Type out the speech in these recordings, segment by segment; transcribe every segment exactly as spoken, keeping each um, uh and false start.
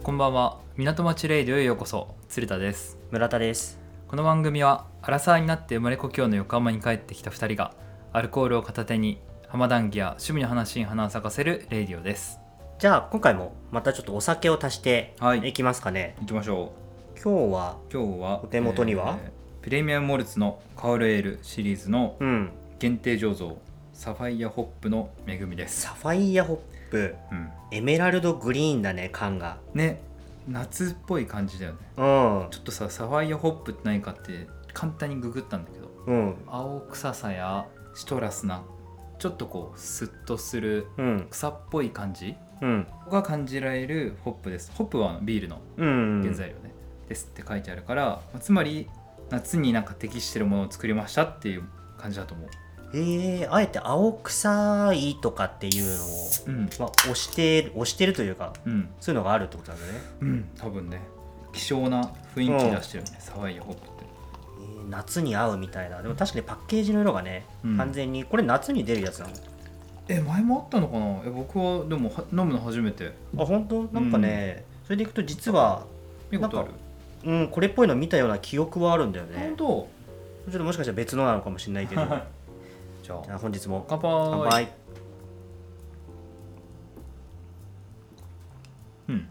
こんばんは。港町レイディオへようこそ。鶴田です。 村田です。 この番組はアラサーになって生まれ故郷の横浜に帰ってきたふたりがアルコールを片手に浜談義や趣味の話に花を咲かせるレイディオです。 じゃあ今回もまたちょっとお酒を足していきますかね。 行きましょう。今日は今日はお手元には、 えー、プレミアムモルツのカオルエールシリーズの限定醸造、うん、サファイアホップの恵みです。 サファイアホップ、うん、エメラルドグリーンだね。缶がね、夏っぽい感じだよね。 うん、 ちょっとさ、サファイアホップって何かって簡単にググったんだけど、うん、青臭さやシトラスなちょっとこうスッとする草っぽい感じ、うん、が感じられるホップです。ホップはビールの原材料ね、うん、ですって書いてあるから、つまり夏になんか適してるものを作りましたっていう感じだと思う。 えー、あえて青臭いとかっていうのを、うんまあ、押して押してるというか、うん、そういうのがあるってことなんだね。 うん多分ね、希少な雰囲気出してるね、うん、サファイアホップって、 えー、夏に合うみたいな。でも確かにパッケージの色がね、うん、完全にこれ夏に出るやつなの。 え前もあったのかな。え僕はでも飲むの初めて。 あ本当なんかね、うん、それでいくと実は見事ある。 うんこれっぽいの見たような記憶はあるんだよね。 本当ちょっともしかしたら別のなのかもしれないけどじゃあ、 じゃあ本日も乾杯。 乾杯。 うん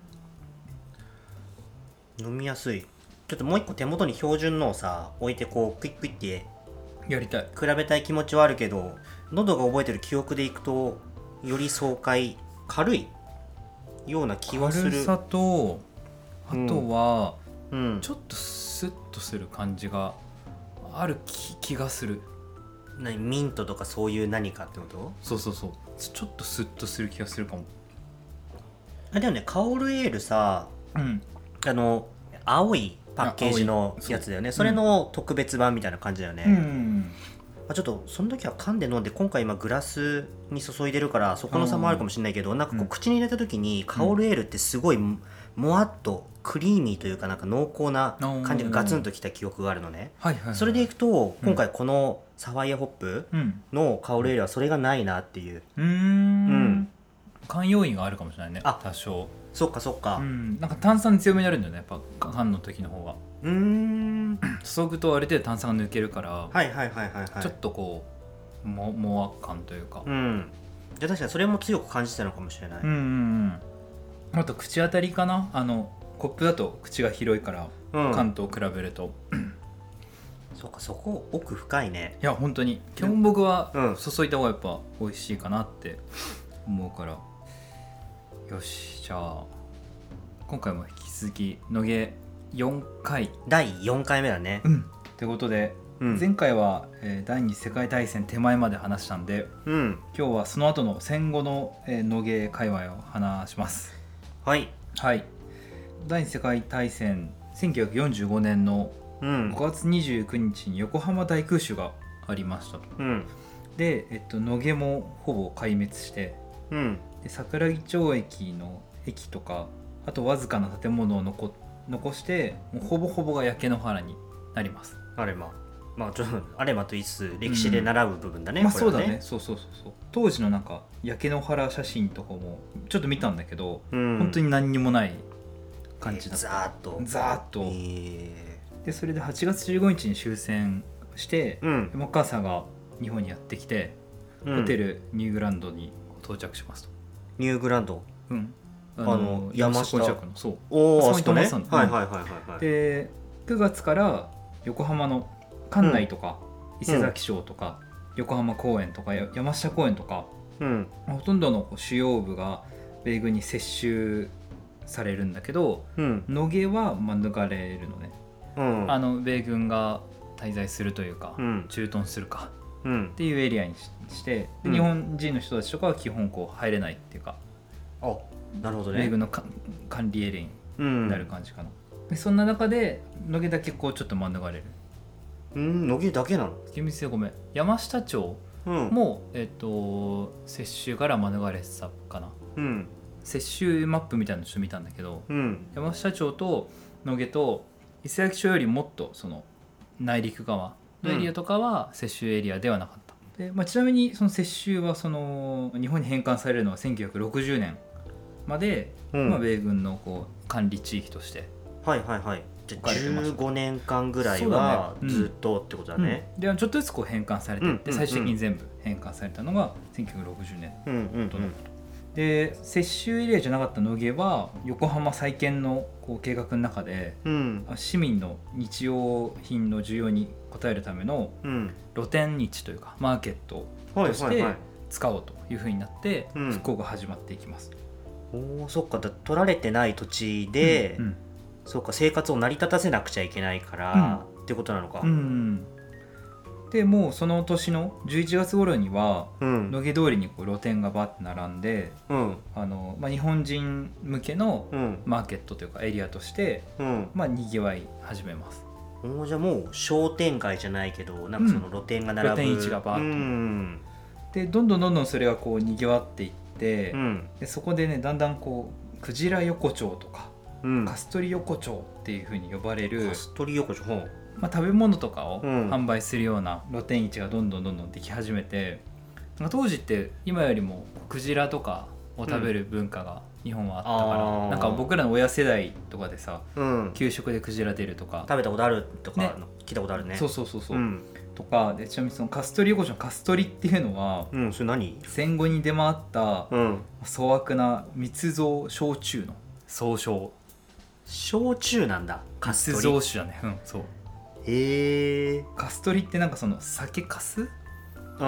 飲みやすい。ちょっともう一個手元に標準のをさ置いてこうクイックイってやりたい。 比べたい気持ちはあるけど、喉が覚えてる記憶でいくとより爽快軽いような気はする。 軽さとあとは、うんうん、ちょっとスッとする感じがある 気, 気がする。 何ミントとかそういう何かってこと？ そうそうそう、ちょっとスッとする気がするかも。 あでもね、カオルエールさ、うん、あの青いパッケージのやつだよね。 そ, それの特別版みたいな感じだよね、うんうんまあ、ちょっとその時は缶で飲んで、今回今グラスに注いでるからそこの差もあるかもしれないけど、なんかこう口に入れた時にカオルエールってすごいもわっとクリーミーというか、なんか濃厚な感じがガツンときた記憶があるのね、はいはいはい、それでいくと今回このサファイアホップのカオルエールはそれがないなっていう。 うーん、うん、缶要因があるかもしれないね。あ多少。 そっかそっか、 うん、なんか炭酸強めになるんだよね、やっぱ缶の時の方が。 うーん注ぐとある程度炭酸が抜けるから、 はいはいはいはい、はい、 ちょっとこうももわ感というか、 うん、じゃあ確かにそれも強く感じたのかもしれない。 うんうんうん。あと口当たりかな。あのコップだと口が広いから、うん、缶と比べるとそうか、そこ奥深いね。 いや本当に基本僕は注いだ方がやっぱ美味しいかなって思うから、よし、じゃあ今回も引き続き野毛よんかい、 だいよんかいめだね。 うんってことで、うん、前回は、えー、第二次世界大戦手前まで話したんで、うん、今日はその後の戦後の、えー、野毛界隈を話します。 はいはい第二次世界大戦せんきゅうひゃくよんじゅうごねんのごがつにじゅうくにちに横浜大空襲がありましたと、うん、で、えっと、野毛もほぼ壊滅して、うん、で桜木町駅の駅とかあとわずかな建物を 残, 残してもうほぼほぼが焼け野原になります。 あれままあちょっとあれまと言いつつ歴史で習う部分だね、 うん、まあそうだね。そうそうそうそう。当時のなんか焼け野原写真とかもちょっと見たんだけど、うん、本当に何にもない感じだった。 ザーッとザーッと、えー、でそれではちがつじゅうごにちに終戦して、うん、マッカーサーが日本にやってきて、うん、ホテルニューグランドに到着しますと。 ニューグランド、 うんあのあの山下近くの、そうおー、 あそこに泊まってたんだ、 はいはいはいはい、はい、 でくがつから横浜の関内とか、うん、伊勢崎町とか、うん、横浜公園とか山下公園とか、うん、ほとんどの主要部が米軍に接収されるんだけど、うん、野毛は免れるのね、うん、あの米軍が滞在するというか、うん、駐屯するか、うん、っていうエリアに し, してで、うん、日本人の人たちとかは基本こう入れないっていうか、 あなるほどね、 米軍の管理エリアになる感じかな、うん、でそんな中で野毛だけこうちょっと免れる。 うん野毛だけなの？ 厳密にごめん、山下町も、うん、えっと接収から免れてたかな、うん、接収マップみたいなのちょっと見たんだけど、うん、山下町と野毛と伊勢崎町よりもっとその内陸側のエリアとかは接収エリアではなかった、で、まあ、ちなみにその接収はその日本に返還されるのはせんきゅうひゃくろくじゅうねんまで、うんまあ、米軍のこう管理地域としてはいはいはいじゃあじゅうごねんかんぐらいはずっとってことだね、 うんうん、でちょっとずつこう返還されていって、うんうんうん、最終的に全部返還されたのがせんきゅうひゃくろくじゅうねんとのこと、うんうんうん、で接収エリアじゃなかった野毛は横浜再建のこう計画の中で、うん、市民の日用品の需要に応えるための露天市というかマーケットとして使おうというふうになって復興が始まっていきます、 うん、おそっかだ取られてない土地で、うんうん、そうか生活を成り立たせなくちゃいけないから、うん、ってことなのか、うんうん、 でもうその年のじゅういちがつ頃には、うん、野毛通りにこう露店がバッて並んで、うんあのまあ、日本人向けのマーケットというかエリアとして、うんまあ、にぎわい始めます。 おじゃあもう商店街じゃないけどなんかその露店が並ぶ、 うん、露店市がバーッと、うん、でどんどんどんどんそれがこうにぎわっていって、うん、でそこでねだんだんこうクジラ横丁とか、うん、カストリ横丁っていう風に呼ばれるカストリ横丁、 まあ、食べ物とかを販売するような露店市がどんどんどんどんでき始めて、うん、当時って今よりもクジラとかを食べる文化が日本はあったから、うん、なんか僕らの親世代とかでさ、うん、給食でクジラ出るとか食べたことあるとか、ね、聞いたことあるね。 そうそうそうそう、うん、とかでちなみにそのカストリ横丁のカストリっていうのは、 うん、それ何？ 戦後に出回った、うん、粗悪な密造焼酎の総称。 焼酎なんだカストリ密造酒だね。うんそうへえ。 カストリってなんかその酒粕、うん、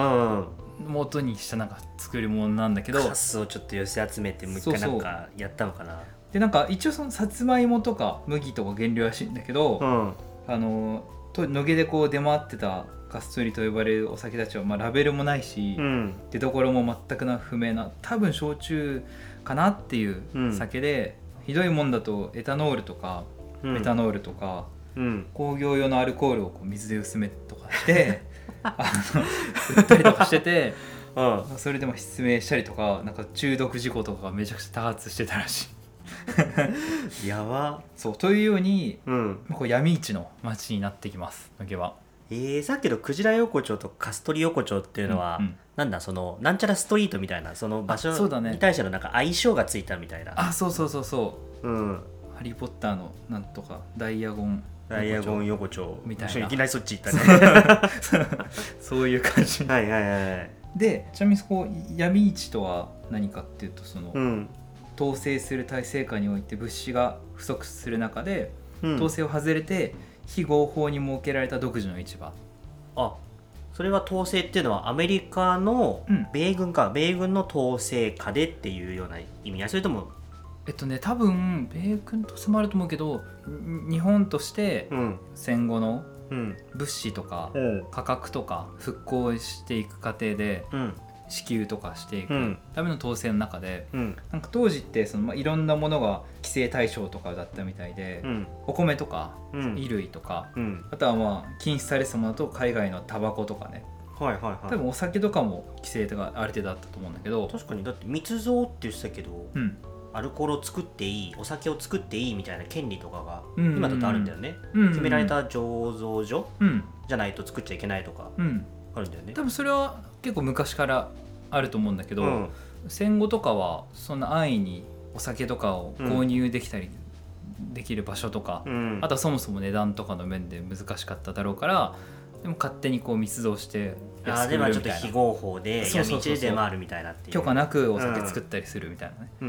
元にしたなんか作るものなんだけどカスをちょっと寄せ集めてもう一回なんかやったのかな。そうそうでなんか一応そのさつまいもとか麦とか原料らしいんだけど、うん、あの野毛でこう出回ってたカストリと呼ばれるお酒たちはまあラベルもないし、うん、出所も全くな不明な多分焼酎かなっていう酒で、うん、ひどいもんだとエタノールとかメタノールとか、うん、工業用のアルコールをこう水で薄めとかしてあの売ったりとかしてて、うん、それでも失明したりとかなんか中毒事故とかがめちゃくちゃ多発してたらしいやばそうというように、うん、こう闇市の街になってきます野毛は。 えー、さっきのクジラ横丁とカストリ横丁っていうのは、うんうん、なんだそのなんちゃらストリートみたいなその場所に対してのなんか相性がついたみたいな。 あ、そうそうそうそう、うん、ハリーポッターのなんとかダイアゴンダイアゴン横丁みたいな。いきなりそっち行ったねそういう感じ。 はいはいはい。 でちなみにそこ闇市とは何かっていうとその、うん、統制する体制下において物資が不足する中で、うん、統制を外れて非合法に設けられた独自の市場。 あ、それは統制っていうのはアメリカの米軍か、うん、米軍の統制下でっていうような意味合い、それともえっとね多分米軍と迫ると思うけど日本として戦後の物資とか価格とか復興していく過程で支給とかしていくための統制の中で、うん、なんか当時ってその、まあ、いろんなものが規制対象とかだったみたいで、うん、お米とか衣類とか、うん、あとはまあ禁止されてたものだと海外のタバコとかね、はいはいはい、多分お酒とかも規制がある程度あったと思うんだけど。 確かにだって密造って言ってたけど、うん、アルコールを作っていいお酒を作っていいみたいな権利とかが今だとあるんだよね、うんうんうん、決められた醸造所、うん、じゃないと作っちゃいけないとかあるんだよね、 多分それは結構昔からあると思うんだけど、うん、戦後とかはそんな安易にお酒とかを購入できたりできる場所とか、うん、あとはそもそも値段とかの面で難しかっただろうからでも勝手にこう密造して安く売るみたいな。あでもちょっと非合法で闇市で出回るみたいなっていう許可なくお酒作ったりするみたいなね、うん、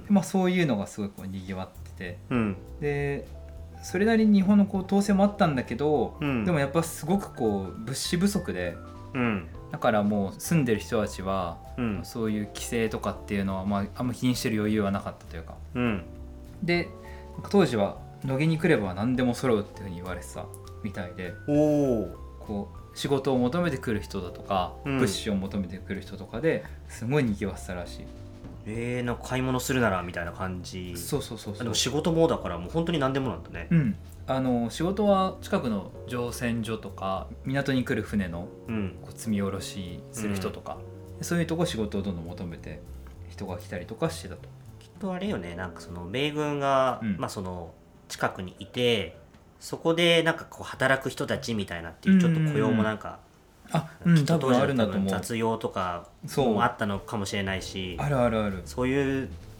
まあ、そういうのがすごいこうにぎわってて、うん、でそれなりに日本のこう統制もあったんだけど、うん、でもやっぱすごくこう物資不足で、うん、だからもう住んでる人たちは、うん、そういう規制とかっていうのは、まあ、あんま気にしてる余裕はなかったというか、うん、で当時は野毛に来れば何でも揃うっていうふうに言われてたみたいで、おこう仕事を求めてくる人だとか、うん、物資を求めてくる人とかですごいにぎわってたらしい。 えー、なんか買い物するならみたいな感じ。 そうそうそうそう。 でも仕事もだからもう本当に何でもなんだね。 うん、あの仕事は近くの乗船所とか港に来る船のこう積み下ろしする人とか、うん、そういうとこ仕事をどんどん求めて人が来たりとかしてたと。 きっとあれよね、なんかその米軍が、うん、まあその近くにいてそこでなんかこう働く人たちみたいなっていうちょっと雇用もなんか、 あ、うん、多分きっと当時は多分雑用とかもあったのかもしれないし、 あるあるある、 そういう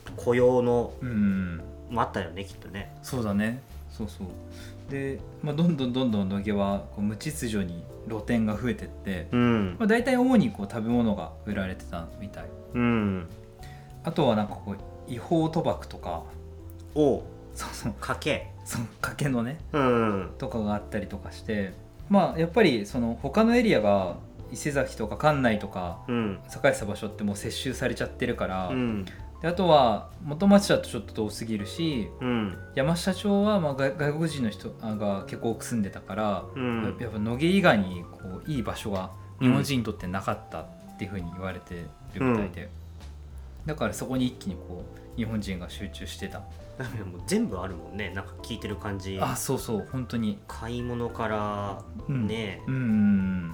雇用の、 うん、 もあったよねきっとね。 そうだね、そうそうで、まあ、どんどんどんどん野毛はこう無秩序に露店が増えてって、うんまあ、大体主にこう食べ物が売られてたみたい、うん、あとはなんかこう違法賭博とかおそうそう賭けそう賭けのね、 うん、 とかがあったりとかして、まあやっぱりその他のエリアが伊勢崎とか関内とか、うん、栄えた場所ってもう接収されちゃってるから、うん、であとは元町だとちょっと遠すぎるし、うん、山下町はまあ外国人の人が結構多く住んでたから、うん、やっぱ野毛以外にこういい場所が日本人にとってなかったっていうふうに言われてるみたいで、うん、だからそこに一気にこう日本人が集中してた。 もう全部あるもんね、なんか聞いてる感じ。 あ、そうそう本当に買い物からね、うんうん、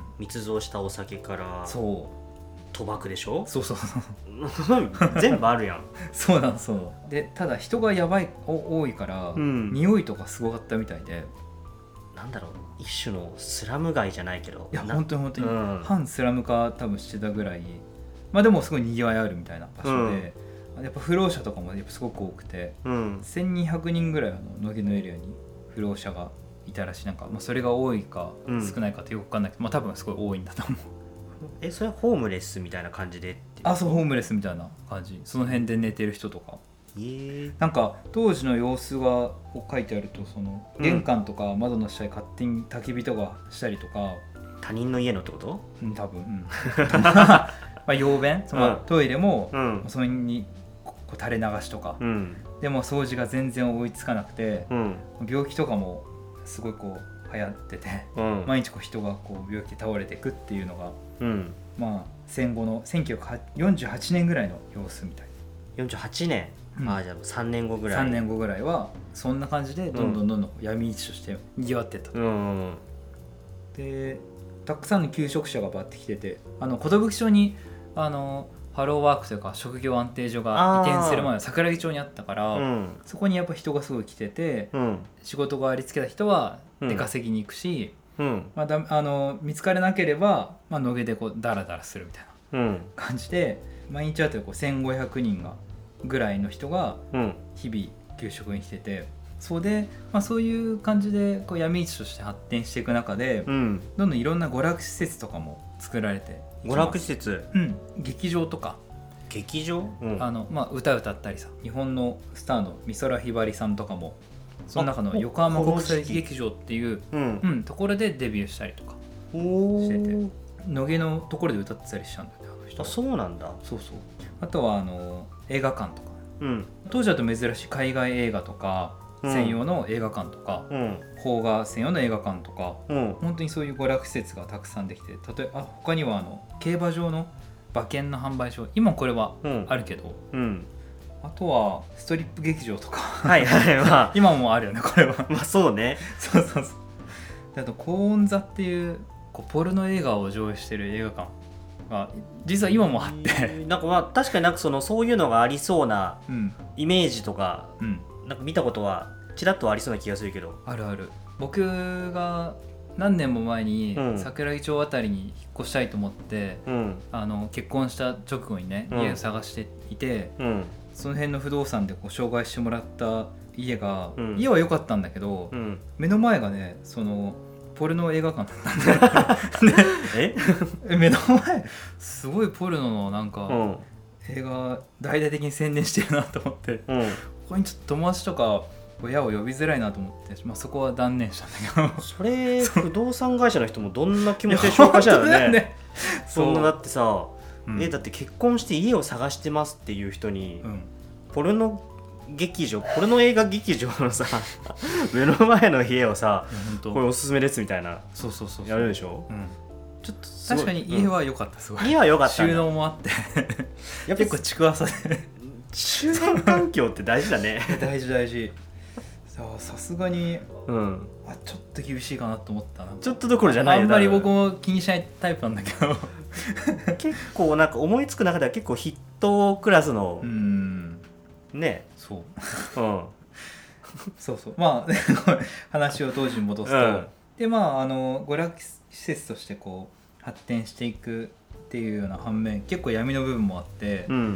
密造したお酒からそう賭博でしょ。 そうそうそう全部あるやんそうなんそうで、ただ人がやばい多いから、うん、匂いとかすごかったみたいで、 なんだろう一種のスラム街じゃないけど、 いや本当に本当に、うん、反スラム化多分してたぐらい、まあでもすごい賑わいあるみたいな場所で、うん、やっぱ不老者とかもやっぱすごく多くて、うん、せんにひゃくにんぐらいあの野毛のエリアに不老者がいたらしい。なんか、まあ、それが多いか少ないかってよく分かんないけど、うん、まあ多分すごい多いんだと思う。 え、それはホームレスみたいな感じでっていう？ あ、そう、ホームレスみたいな感じ。その辺で寝てる人とか、えー、なんか当時の様子がこう書いてあると、その玄関とか窓の下に勝手に焚き火とかしたりとか、 他人の家のってこと？ うん、多分、うん、まあ用便、そのトイレも、うん、それにこう垂れ流しとか、うん、でも掃除が全然追いつかなくて、うん、病気とかもすごいこう流行ってて、うん、毎日こう人がこう病気で倒れていくっていうのが、うん、まあ戦後のせんきゅうひゃくよんじゅうはちねんぐらいの様子みたい。 よんじゅうはちねん、うん、ああじゃあさんねんごぐらいさんねんごぐらいはそんな感じでどんどんどんどん闇市として賑わってた、うん、でたくさんの求職者がバッて来てて、あの寿町にあのハローワークというか職業安定所が移転する前は桜木町にあったから、うん、そこにやっぱ人がすごい来てて、うん、仕事がありつけた人は出稼ぎに行くし、うんまあ、だあの見つからなければ、まあ、野毛でこうダラダラするみたいな感じで、うん、毎日あたりこうせんごひゃくにんがぐらいの人が日々給食に来てて、そうで、まあ、そういう感じでこう闇市として発展していく中で、うん、どんどんいろんな娯楽施設とかも作られていきます。 娯楽施設、 うん、劇場とか劇場、うん、 あのまあ、歌歌ったりさ、日本のスターの美空ひばりさんとかもその中の横浜国際劇場っていう、うんうん、ところでデビューしたりとかしてて、野毛のところで歌ってたりしたんだよね、あの人。 あ、そうなんだ。 そうそう。あとはあの映画館とか、うん、当時だと珍しい海外映画とか専用の映画館とか、うん、邦画専用の映画館とか、うん、本当にそういう娯楽施設がたくさんできて、例えば他にはあの競馬場の馬券の販売所、今これはあるけど、うんうん、あとはストリップ劇場とかはいはい、まあ、 今もあるよねこれは。 まあそうねそうそうそう。であと高音座っていう、こうポルノ映画を上映してる映画館が実は今もあってなんかまあ確かになんかそのそういうのがありそうなイメージとか、うん、なんか見たことはちらっとありそうな気がするけど。 あるある。僕が何年も前に桜木町あたりに引っ越したいと思って、うん、あの結婚した直後にね、うん、家を探していて、うん、その辺の不動産でこう紹介してもらった家が、うん、家は良かったんだけど、うん、目の前がねそのポルノ映画館だったんでえ目の前すごいポルノのなんか、うん、映画大々的に宣伝してるなと思って、うん、ここにちょっと友達とか親を呼びづらいなと思って、まあ、そこは断念したんだけどそれ不動産会社の人もどんな気持ちで紹介したのねねそんなだってさ、うん、えだって結婚して家を探してますっていう人に、うん、ポルノ劇場ポルノ映画劇場のさ目の前の家をさこれおすすめですみたいなそうそうそうやるでしょ、うん、 ちょっと確かに家は良かった、すごい家は良かった、 収納もあってやっぱ結構築浅で周辺環境って大事だね大事大事。さすがに、うん、あちょっと厳しいかなと思ったな。 ちょっとどころじゃないよ。 あんまり僕も気にしないタイプなんだけど結構なんか思いつく中では結構ヒットクラスのうんねそう、うん、そうそうまあ話を当時に戻すと、うん、でまああの娯楽施設としてこう発展していくっていうような反面結構闇の部分もあって、うん、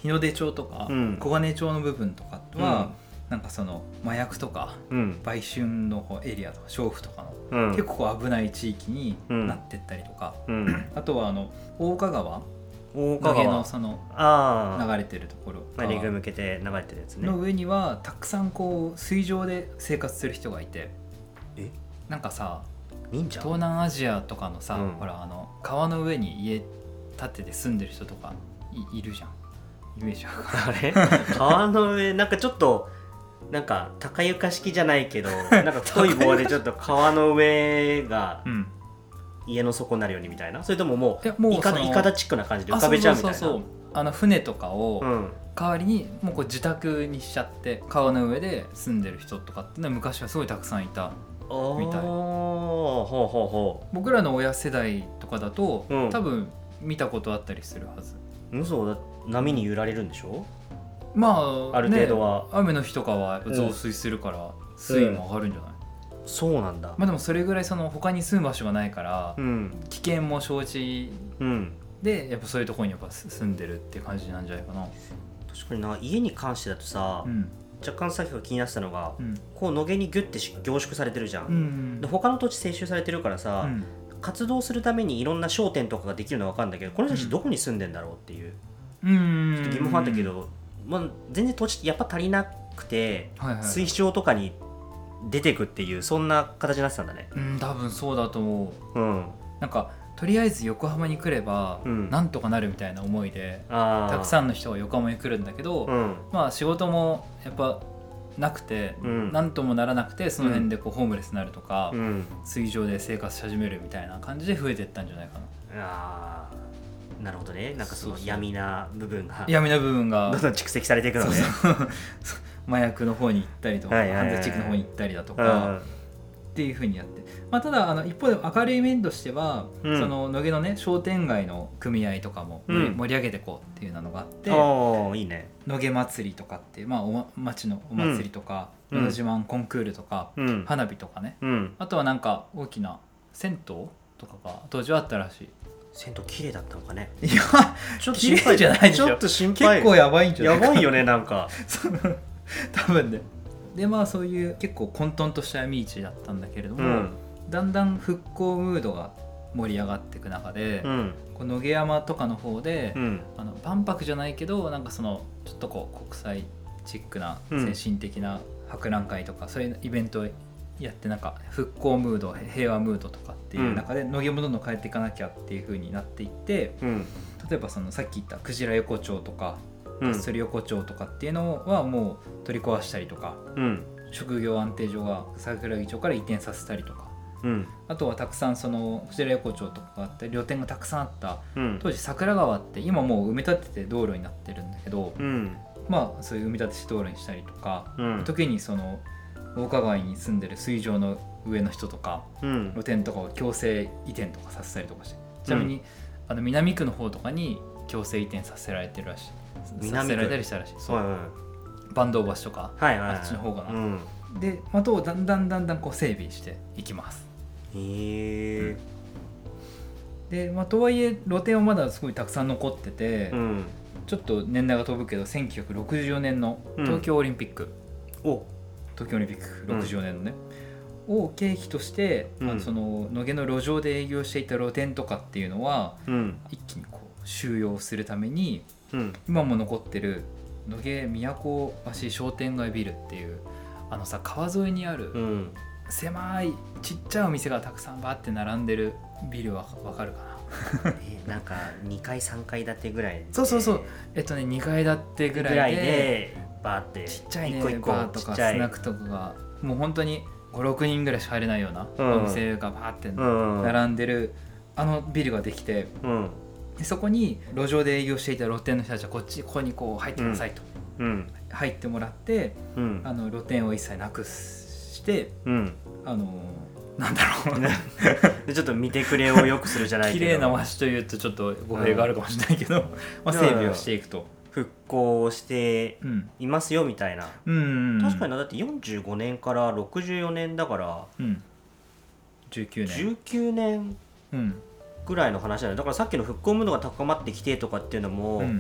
日の出町とか、うん、小金町の部分とかは、うん、なんかその麻薬とか、うん、売春のエリアとか娼婦とかの、うん、結構危ない地域になってったりとか、うん、あとはあの大岡川大岡川のその流れてるところが陸向けて流れてるやつねの上にはたくさんこう水上で生活する人がいて、 えなんかさ忍者東南アジアとかのさ、うん、ほらあの川の上に家建てて住んでる人とか い, いるじゃんイメージあれ川の上なんかちょっとなんか高床式じゃないけどなんか太い棒でちょっと川の上が家の底になるようにみたいな、それとももういかだチックな感じで浮かべちゃうみたいな。 そうそうそう、あの船とかを代わりにもうこう自宅にしちゃって川の上で住んでる人とかってのは昔はすごいたくさんいたみたい。 ほうほうほう。 僕らの親世代とかだと、うん、多分見たことあったりするはず。 そうだ、波に揺られるんでしょ。 まあある程度は、 ね、雨の日とかは増水するから水位も上がるんじゃない、 うん、そうなんだ。 まあでもそれぐらいその他に住む場所がないから、うん、危険も承知でやっぱそういうところにやっぱ住んでるっていう感じなんじゃないかな。 確かにな、家に関してだとさ、うん、若干さっきから気になってたのが、うん、こう野毛にギュッて凝縮されてるじゃん、うんうん、で他の土地接収されてるからさ、うん、活動するためにいろんな商店とかができるのは分かるんだけど、この人たちどこに住んでんだろうっていう、うん、ちょっと疑問があったけど、まあ、全然土地やっぱ足りなくて、はいはい、水晶とかに出てくっていうそんな形になってたんだね。 うん、多分そうだと思う、うん、なんかとりあえず横浜に来れば、うん、なんとかなるみたいな思いでたくさんの人が横浜に来るんだけど、うん、まあ仕事もやっぱなくて、うん、なんともならなくてその辺でこうホームレスになるとか、うん、水上で生活し始めるみたいな感じで増えていったんじゃないかな。 あー、なるほどね。なんかその闇な部分が闇な部分がどんどん蓄積されていくのね。 そうそう麻薬の方に行ったりとか、はいはいはいはい、犯罪地域の方に行ったりだとかっていう風にやって、まあ、ただあの一方で明るい面としては、うん、その野毛のね商店街の組合とかも盛り上げていこうっていうのがあって、 うん、いいね、 野毛祭りとかっていう、まあ、お町のお祭りとか、うん、のど自慢コンクールとか、うん、花火とかね、うん、あとはなんか大きな銭湯とかが当時はあったらしい。 銭湯綺麗だったのかね。 いやちょっと心配じゃないでしょ。 ちょっと心配。 結構やばいんじゃない。 やばいよねなんか多分ね。でまあそういう結構混沌とした闇市だったんだけれども、うん、だんだん復興ムードが盛り上がっていく中で、うん、こう野毛山とかの方で、うん、あの万博じゃないけどなんかそのちょっとこう国際チックな精神的な博覧会とか、そういうイベントをやってなんか復興ムード平和ムードとかっていう中で野毛もどんどん変えていかなきゃっていう風になっていって、例えばそのさっき言ったクジラ横丁とかパスリ横丁とかっていうのはもう取り壊したりとか、うん、職業安定所が桜木町から移転させたりとか、うん、あとはたくさんそのクジラ横丁とかがあって旅店がたくさんあった、うん、当時桜川って今もう埋め立てて道路になってるんだけど、うん、まあそういう埋め立てして道路にしたりとか、うん、時にその大岡川に住んでる水上の上の人とか、うん、露店とかを強制移転とかさせたりとかして、ちなみに、うん、あの南区の方とかに強制移転させられてるらしい。させられたりしたらしい。そう、はいはい、坂東橋とか、はいはいはい、あっちの方がな、うん、であとだんだんだんだんこう整備していきます。 へえ、 うん、で、まあ、とはいえ露店はまだすごいたくさん残ってて、うん、ちょっと年代が飛ぶけどせんきゅうひゃくろくじゅうよねんの東京オリンピック、うん、お東京オリンピックろくじゅうよねんのね、うん、を契機として、うん、あその野毛の路上で営業していた露店とかっていうのは、うん、一気にこう収容するために、うん、今も残ってる野毛都橋商店街ビルっていうあのさ川沿いにある狭いちっちゃいお店がたくさんバーって並んでるビルは分かるかなえなんかにかいさんかい建てぐらいで、 そうそうそう、えっとねにかい建てぐらい で, でバーってちっちゃいねバーとかスナックとかがもう本当にごろくにんぐらいしか入れないようなお店がバーって並んでるあのビルができて、うん、でそこに路上で営業していた露店の人たちはこっちここにこう入ってくださいと、うん、入ってもらって、うん、あの露店を一切なくして、うん、あのなんだろうちょっと見てくれを良くするじゃないけど綺麗な街というとちょっと語弊があるかもしれないけど、うんまあ、整備をしていくと復興していますよみたいな、うんうんうん、確かにだってよんじゅうごねんからろくじゅうよねんだから、うん、 じゅうきゅうねんじゅうきゅうねんぐらいの話だね。だからさっきの復興ムードが高まってきてとかっていうのも、うん、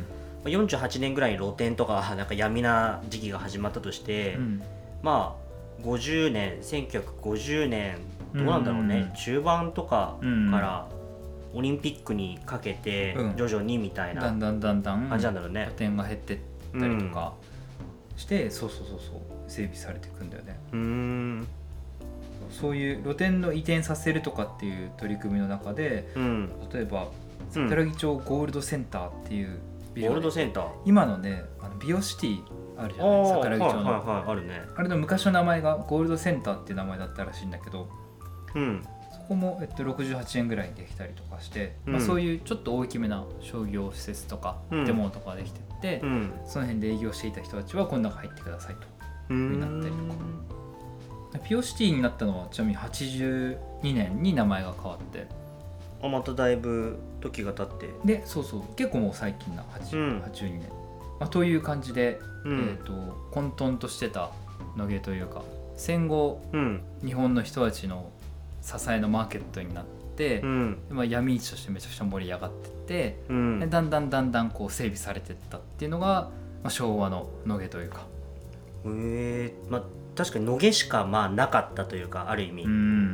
よんじゅうはちねんぐらいに露店とかなんか闇な時期が始まったとして、うん、まあごじゅうねんせんきゅうひゃくごじゅうねんどうなんだろうね、うん、中盤とかからオリンピックにかけて徐々にみたいな感じなんだろうね。 拠点が減ってったりとかして、うん、そうそうそうそう整備されていくんだよね。うーんそういう露店の移転させるとかっていう取り組みの中で、うん、例えば桜木町ゴールドセンターっていうビル、 ゴールドセンター今のねあのビオシティあるじゃない桜木町の、はいはいはい、あるね。あれの昔の名前がゴールドセンターっていう名前だったらしいんだけど、うん、そこも、えっと、ろくじゅうはちえんぐらいにできたりとかして、うんまあ、そういうちょっと大きめな商業施設とか建物とかができてって、うん、その辺で営業していた人たちはこの中入ってくださいという風になったりとか。ピオシティになったのはちなみにはちじゅうにねんに名前が変わって、 あまただいぶ時が経ってでそうそう結構もう最近なはちじゅう、うん、はちじゅうにねん、まあ、という感じで、うん、えーと混沌としてた野毛というか戦後、うん、日本の人たちの支えのマーケットになって、うんまあ、闇市としてめちゃくちゃ盛り上がってって、うん、でだんだんだんだんこう整備されていったっていうのが、まあ、昭和の野毛というか。 へえまあ確かに野毛しかまあなかったというかある意味、うん、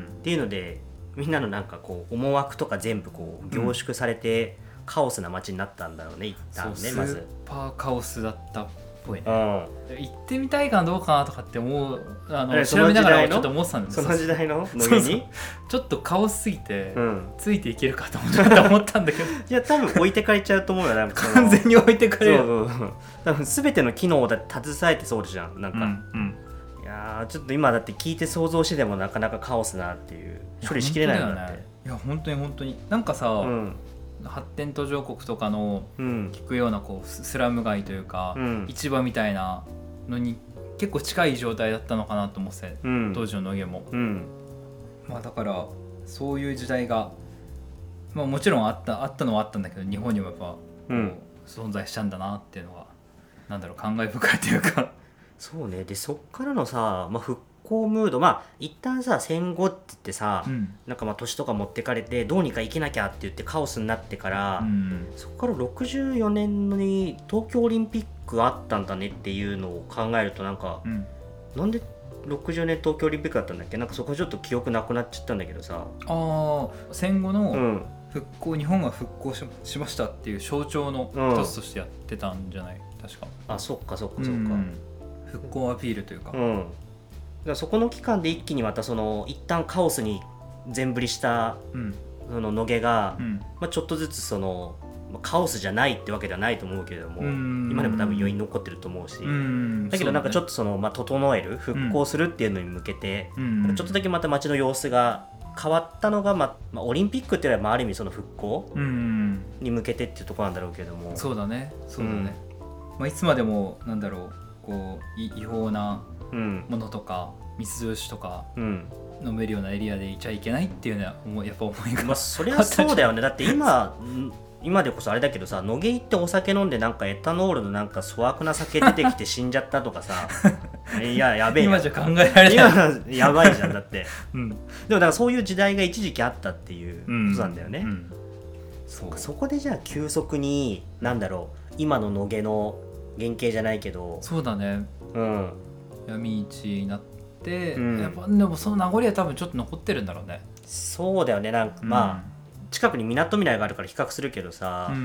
っていうのでみんなのなんかこう思惑とか全部こう凝縮されてカオスな街になったんだろうね、うん、一旦ねまずスーパーカオスだったっぽいね、うん、行ってみたいかなどうかなとかって思うあの調べながらちょっと思ってたんですよ。その時代の野毛にちょっとカオスすぎて、うん、ついていけるかと思ったんだけどいや多分置いてかれちゃうと思うよなんか完全に置いてかれる。そうそう多分全ての機能を携えてそうじゃんなんか、うんうんいやちょっと今だって聞いて想像してでもなかなかカオスなっていう処理しきれないんだって。 いや本当に本当になんかさ、うん、発展途上国とかの聞くようなこうスラム街というか、うん、市場みたいなのに結構近い状態だったのかなと思って、うん、当時の野毛も、うんまあ、だからそういう時代が、まあ、もちろんあったあったのはあったんだけど日本にもやっぱ、うん、存在したんだなっていうのがなんだろう感慨深いというかそうねでそっからのさ、まあ、復興ムードまあ一旦さ戦後って言ってさ、うん、なんかまあ年とか持ってかれてどうにか生きなきゃって言ってカオスになってから、うん、そこからろくじゅうよねんに東京オリンピックあったんだねっていうのを考えるとなんか、うん、なんでろくじゅうねん東京オリンピックだったんだっけなんかそこちょっと記憶なくなっちゃったんだけどさあ戦後の復興、うん、日本が復興 し, しましたっていう象徴の一つとしてやってたんじゃない、うん、確かあそっかそっかそっか、 うん復興アピールというか、うん、だからそこの期間で一気にまたその一旦カオスに全振りした、うん、その野毛が、うんまあ、ちょっとずつそのカオスじゃないってわけではないと思うけれども今でも多分余韻残ってると思うしだけどなんかちょっとその、まあ、整える復興するっていうのに向けて、うん、ちょっとだけまた街の様子が変わったのが、まあまあ、オリンピックっていうのは、まあ、ある意味その復興に向けてっていうところなんだろうけどもそうだねそうだね、うんまあ、いつまでもなんだろうこう違法なものとか、うん、密造酒とか飲めるようなエリアでいちゃいけないっていうのはやっぱ思いが、 まあ、そりゃそうだよねだって今今でこそあれだけどさ野毛行ってお酒飲んでなんかエタノールのなんか粗悪な酒出てきて死んじゃったとかさいややべえ今じゃ考えられない今やばいじゃんだって、うん、でもだからそういう時代が一時期あったっていうことなんだよね、うんうん、そうそこでじゃあ急速になんだろう今の野毛の原型じゃないけどそうだね、うん、闇市になって、うん、やっぱでもその名残は多分ちょっと残ってるんだろうねそうだよねなんか、うん、まあ近くにみなとみらいがあるから比較するけどさ、うん、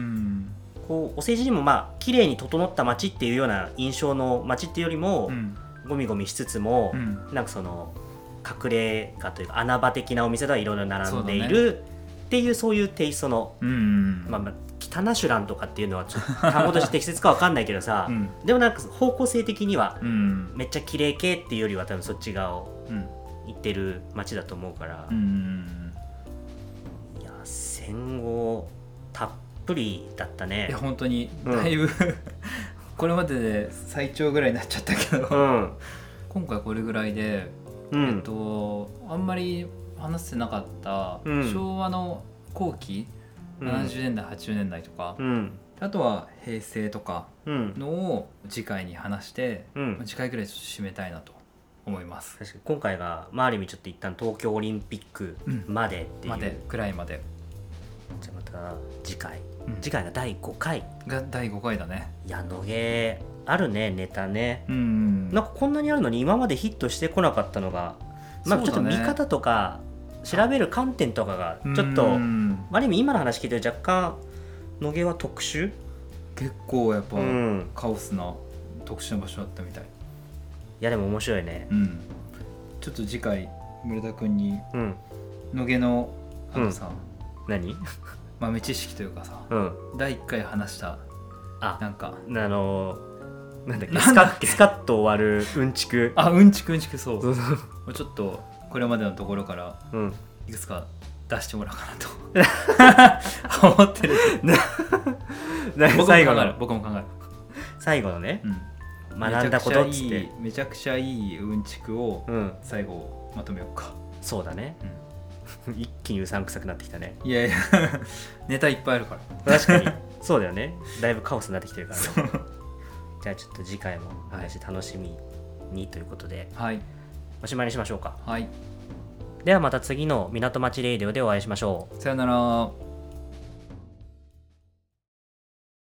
こうお世辞にもまあ綺麗に整った街っていうような印象の街っていうよりも、うん、ゴミゴミしつつも、うん、なんかその隠れ家というか穴場的なお店がいろいろ並んでいるっていうそういうテイストの、うんうん、まあまあ汚ナシュランとかっていうのはちょっと単語として適切か分かんないけどさ、うん、でもなんか方向性的にはめっちゃ綺麗系っていうよりは多分そっち側を行ってる街だと思うから、うん、いや戦後たっぷりだったね。 いや本当にだいぶ、うん、これまでで最長ぐらいになっちゃったけど、うん、今回これぐらいで、うん、えっとあんまり話してなかった、うん、昭和の後期ななじゅうねんだいはちじゅうねんだいとか、うん、あとは平成とかのを次回に話して、うん、次回ぐらいちょっと締めたいなと思います。 確かに今回が、まあ、ある意味ちょっと一旦東京オリンピックまでっていう、うん、 までくらいまでじゃあまた次回、うん、次回がだいごかいがだいごかいだね。 いや野毛あるねネタね。うん、なんかこんなにあるのに今までヒットしてこなかったのが、まあ、ちょっと見方とか調べる観点とかがちょっと、うん、ある意味今の話聞いて若干野毛は特殊、 結構やっぱ、うん、カオスな特殊な場所だったみたい。いやでも面白いね、うん、 ちょっと次回村田君に、うん、野毛のあのさ、 うん、何豆知識というかさ、うん、だいいっかい話したあなんかあのなんだっけスカッスカッと終わるうんちくあうんちくうんちくそうちょっとこれまでのところから、うん、いくつか出してもらおうかなと思ってる最後の僕も考える最後のね、うん、学んだことっつってめちゃくちゃいいうんちくを最後まとめようか、 うん、そうだね、うん、一気にうさんくさくなってきたね。 いやいやネタいっぱいあるから確かにそうだよね、だいぶカオスになってきてるからねじゃあちょっと次回も話楽しみにということで、はい、おしまいにしましょうか。はい、ではまた次の港町レイディオでお会いしましょう。 さよなら。